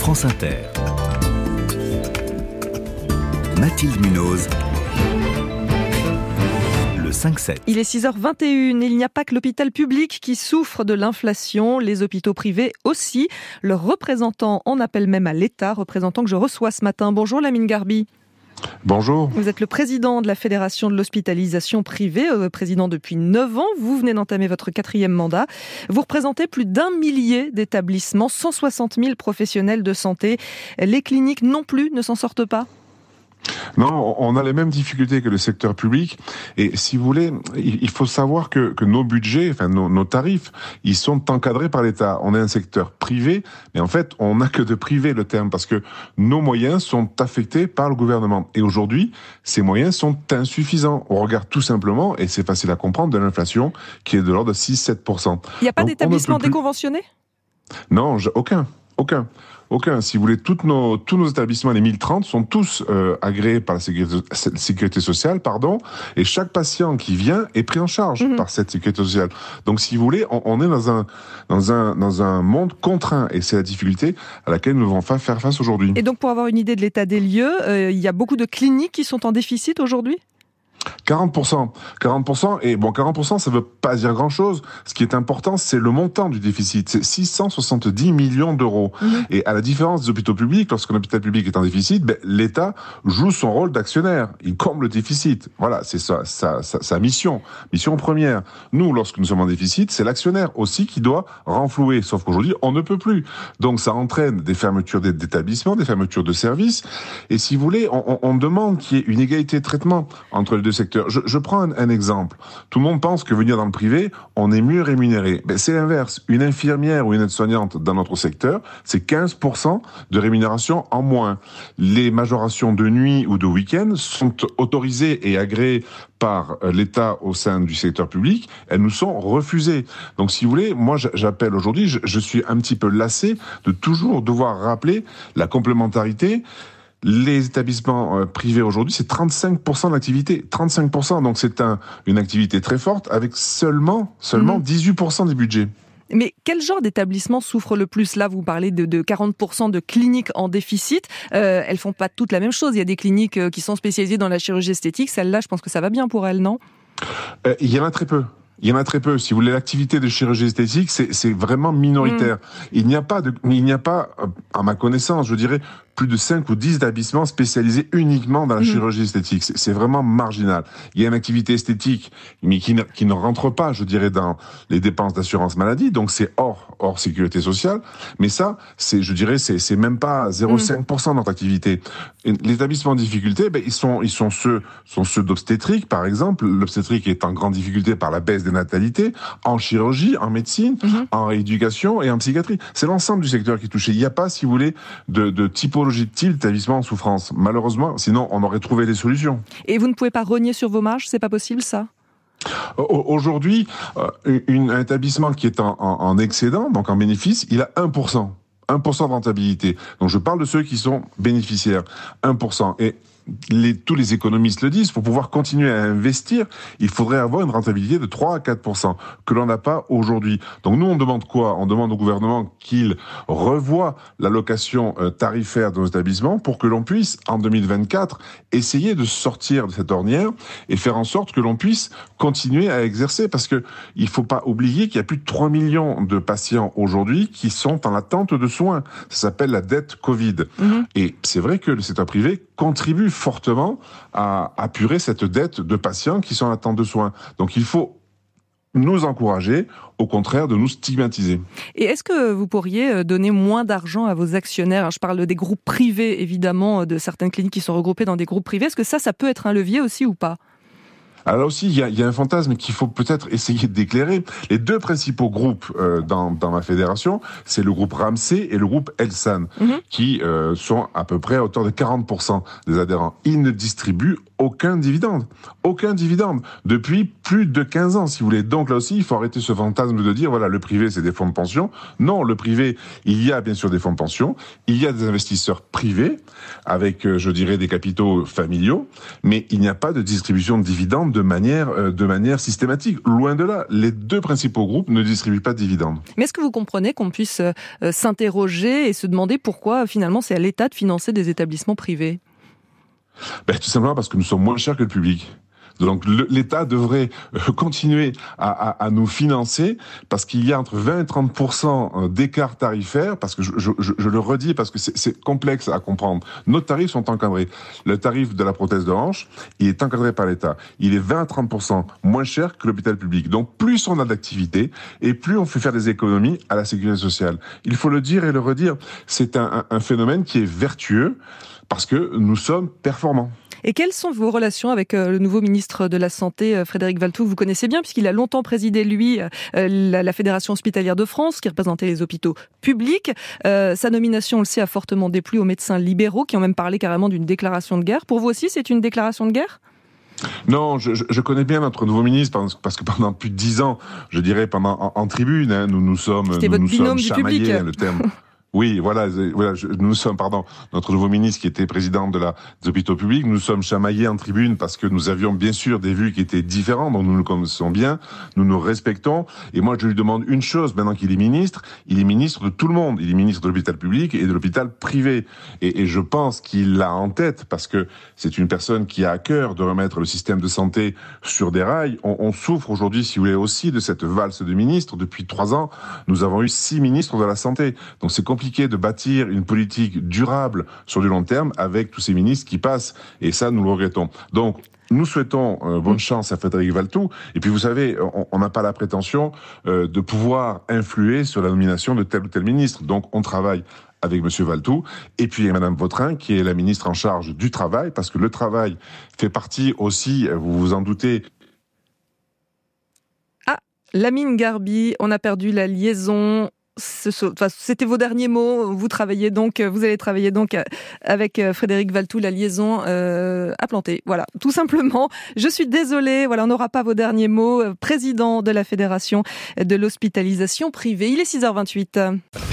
France Inter. Mathilde Munoz. Le 5-7. Il est 6h21 et il n'y a pas que l'hôpital public qui souffre de l'inflation, les hôpitaux privés aussi. Leurs représentants en appellent même à l'État, représentant que je reçois ce matin. Bonjour Lamine Garbi. Bonjour. Vous êtes le président de la Fédération de l'hospitalisation privée, président depuis 9 ans. Vous venez d'entamer votre 4e mandat. Vous représentez plus d'1 millier d'établissements, 160 000 professionnels de santé. Les cliniques non plus ne s'en sortent pas ? Non, on a les mêmes difficultés que le secteur public. Et si vous voulez, il faut savoir que nos budgets, enfin nos tarifs, ils sont encadrés par l'État. On est un secteur privé, mais en fait, on n'a que de privé le terme, parce que nos moyens sont affectés par le gouvernement. Et aujourd'hui, ces moyens sont insuffisants. On regarde tout simplement, et c'est facile à comprendre, de l'inflation qui est de l'ordre de 6-7%. Il n'y a pas d'établissement déconventionné ? Non, aucun. Si vous voulez, tous nos établissements, les 1030, sont tous agréés par la sécurité sociale, et chaque patient qui vient est pris en charge par cette sécurité sociale. Donc, si vous voulez, on est dans un monde contraint, et c'est la difficulté à laquelle nous devons faire face aujourd'hui. Et donc, pour avoir une idée de l'état des lieux, il y a beaucoup de cliniques qui sont en déficit aujourd'hui ? 40%, et bon, 40%, ça veut pas dire grand-chose. Ce qui est important, c'est le montant du déficit. C'est 670 millions d'euros. Et à la différence des hôpitaux publics, lorsqu'un hôpital public est en déficit, l'État joue son rôle d'actionnaire. Il comble le déficit. Voilà, c'est sa mission première. Nous, lorsque nous sommes en déficit, c'est l'actionnaire aussi qui doit renflouer. Sauf qu'aujourd'hui, on ne peut plus. Donc, ça entraîne des fermetures d'établissements, des fermetures de services. Et si vous voulez, on demande qu'il y ait une égalité de traitement entre les deux secteurs. Je prends un exemple. Tout le monde pense que venir dans le privé, on est mieux rémunéré. C'est l'inverse. Une infirmière ou une aide-soignante dans notre secteur, c'est 15% de rémunération en moins. Les majorations de nuit ou de week-end sont autorisées et agréées par l'État au sein du secteur public. Elles nous sont refusées. Donc, si vous voulez, moi, j'appelle aujourd'hui, je suis un petit peu lassé de toujours devoir rappeler la complémentarité. Les établissements privés aujourd'hui, c'est 35% de l'activité. 35%, donc c'est une activité très forte avec seulement 18% des budgets. Mais quel genre d'établissement souffre le plus ? Là, vous parlez de 40% de cliniques en déficit. Elles font pas toutes la même chose. Il y a des cliniques qui sont spécialisées dans la chirurgie esthétique. Celle-là, je pense que ça va bien pour elles, non ? Il y en a très peu. Si vous voulez, l'activité de chirurgie esthétique, c'est vraiment minoritaire. Il n'y a pas, à ma connaissance, je dirais, plus de 5 ou 10 établissements spécialisés uniquement dans la chirurgie esthétique. C'est vraiment marginal. Il y a une activité esthétique, mais qui ne rentre pas, je dirais, dans les dépenses d'assurance maladie, donc c'est hors sécurité sociale. Mais ça, c'est même pas 0,5% de notre activité. Et l'établissement en difficulté, ils sont ceux d'obstétrique, par exemple. L'obstétrique est en grande difficulté par la baisse des natalités, en chirurgie, en médecine, en rééducation et en psychiatrie. C'est l'ensemble du secteur qui est touché. Il n'y a pas, si vous voulez, de typologie de type d'établissement en souffrance. Malheureusement, sinon on aurait trouvé des solutions. Et vous ne pouvez pas rogner sur vos marges, c'est pas possible ça ? Aujourd'hui, un établissement qui est en excédent, donc en bénéfice, il a 1%. 1% de rentabilité. Donc je parle de ceux qui sont bénéficiaires. 1%. Et tous les économistes le disent, pour pouvoir continuer à investir, il faudrait avoir une rentabilité de 3 à 4%, que l'on n'a pas aujourd'hui. Donc nous, on demande quoi ? On demande au gouvernement qu'il revoie l'allocation tarifaire de nos établissements pour que l'on puisse, en 2024, essayer de sortir de cette ornière et faire en sorte que l'on puisse continuer à exercer. Parce que il faut pas oublier qu'il y a plus de 3 millions de patients aujourd'hui qui sont en attente de soins. Ça s'appelle la dette Covid. Et c'est vrai que le secteur privé contribue fortement à apurer cette dette de patients qui sont en attente de soins. Donc il faut nous encourager, au contraire de nous stigmatiser. Et est-ce que vous pourriez donner moins d'argent à vos actionnaires ? Je parle des groupes privés, évidemment, de certaines cliniques qui sont regroupées dans des groupes privés. Est-ce que ça peut être un levier aussi ou pas ? Alors là aussi, il y a un fantasme qu'il faut peut-être essayer d'éclairer. Les deux principaux groupes dans ma fédération, c'est le groupe Ramsay et le groupe Elsan, qui sont à peu près à hauteur de 40% des adhérents. Ils ne distribuent aucun dividende. Aucun dividende. Depuis plus de 15 ans, si vous voulez. Donc là aussi, il faut arrêter ce fantasme de dire, voilà, le privé, c'est des fonds de pension. Non, le privé, il y a bien sûr des fonds de pension. Il y a des investisseurs privés avec, je dirais, des capitaux familiaux. Mais il n'y a pas de distribution de dividendes de manière systématique. Loin de là. Les deux principaux groupes ne distribuent pas de dividendes. Mais est-ce que vous comprenez qu'on puisse s'interroger et se demander pourquoi finalement c'est à l'État de financer des établissements privés ? Tout simplement parce que nous sommes moins chers que le public. Donc l'État devrait continuer à nous financer parce qu'il y a entre 20 et 30% d'écart tarifaire, parce que je le redis, parce que c'est complexe à comprendre. Nos tarifs sont encadrés. Le tarif de la prothèse de hanche, il est encadré par l'État. Il est 20 à 30% moins cher que l'hôpital public. Donc plus on a d'activité et plus on fait faire des économies à la sécurité sociale. Il faut le dire et le redire. C'est un phénomène qui est vertueux parce que nous sommes performants. Et quelles sont vos relations avec le nouveau ministre de la Santé, Frédéric Valletoux, que vous connaissez bien, puisqu'il a longtemps présidé, lui, la Fédération hospitalière de France, qui représentait les hôpitaux publics. Sa nomination, on le sait, a fortement déplu aux médecins libéraux, qui ont même parlé carrément d'une déclaration de guerre. Pour vous aussi, c'est une déclaration de guerre ? Non, je connais bien notre nouveau ministre parce que pendant plus de 10 ans, je dirais en tribune, hein, nous sommes chamaillés, le terme. Oui, voilà, nous sommes, notre nouveau ministre qui était président des hôpitaux publics, nous sommes chamaillés en tribune parce que nous avions bien sûr des vues qui étaient différentes, donc nous nous connaissons bien, nous nous respectons, et moi je lui demande une chose, maintenant qu'il est ministre de tout le monde, il est ministre de l'hôpital public et de l'hôpital privé, et je pense qu'il l'a en tête, parce que c'est une personne qui a à cœur de remettre le système de santé sur des rails. On souffre aujourd'hui, si vous voulez, aussi de cette valse de ministres. Depuis 3 ans, nous avons eu 6 ministres de la santé, donc c'est compliqué de bâtir une politique durable sur du long terme avec tous ces ministres qui passent. Et ça, nous le regrettons. Donc, nous souhaitons bonne chance à Frédéric Valletoux. Et puis, vous savez, on n'a pas la prétention de pouvoir influer sur la nomination de tel ou tel ministre. Donc, on travaille avec M. Valletoux, et puis il y a Mme Vautrin, qui est la ministre en charge du travail, parce que le travail fait partie aussi, vous vous en doutez. Ah, Lamine Garbi, on a perdu la liaison. C'était vos derniers mots. Vous allez travailler donc avec Frédéric Valletoux. La liaison a planté. Voilà, tout simplement. Je suis désolée. Voilà, on n'aura pas vos derniers mots. Président de la Fédération de l'hospitalisation privée. Il est 6h28.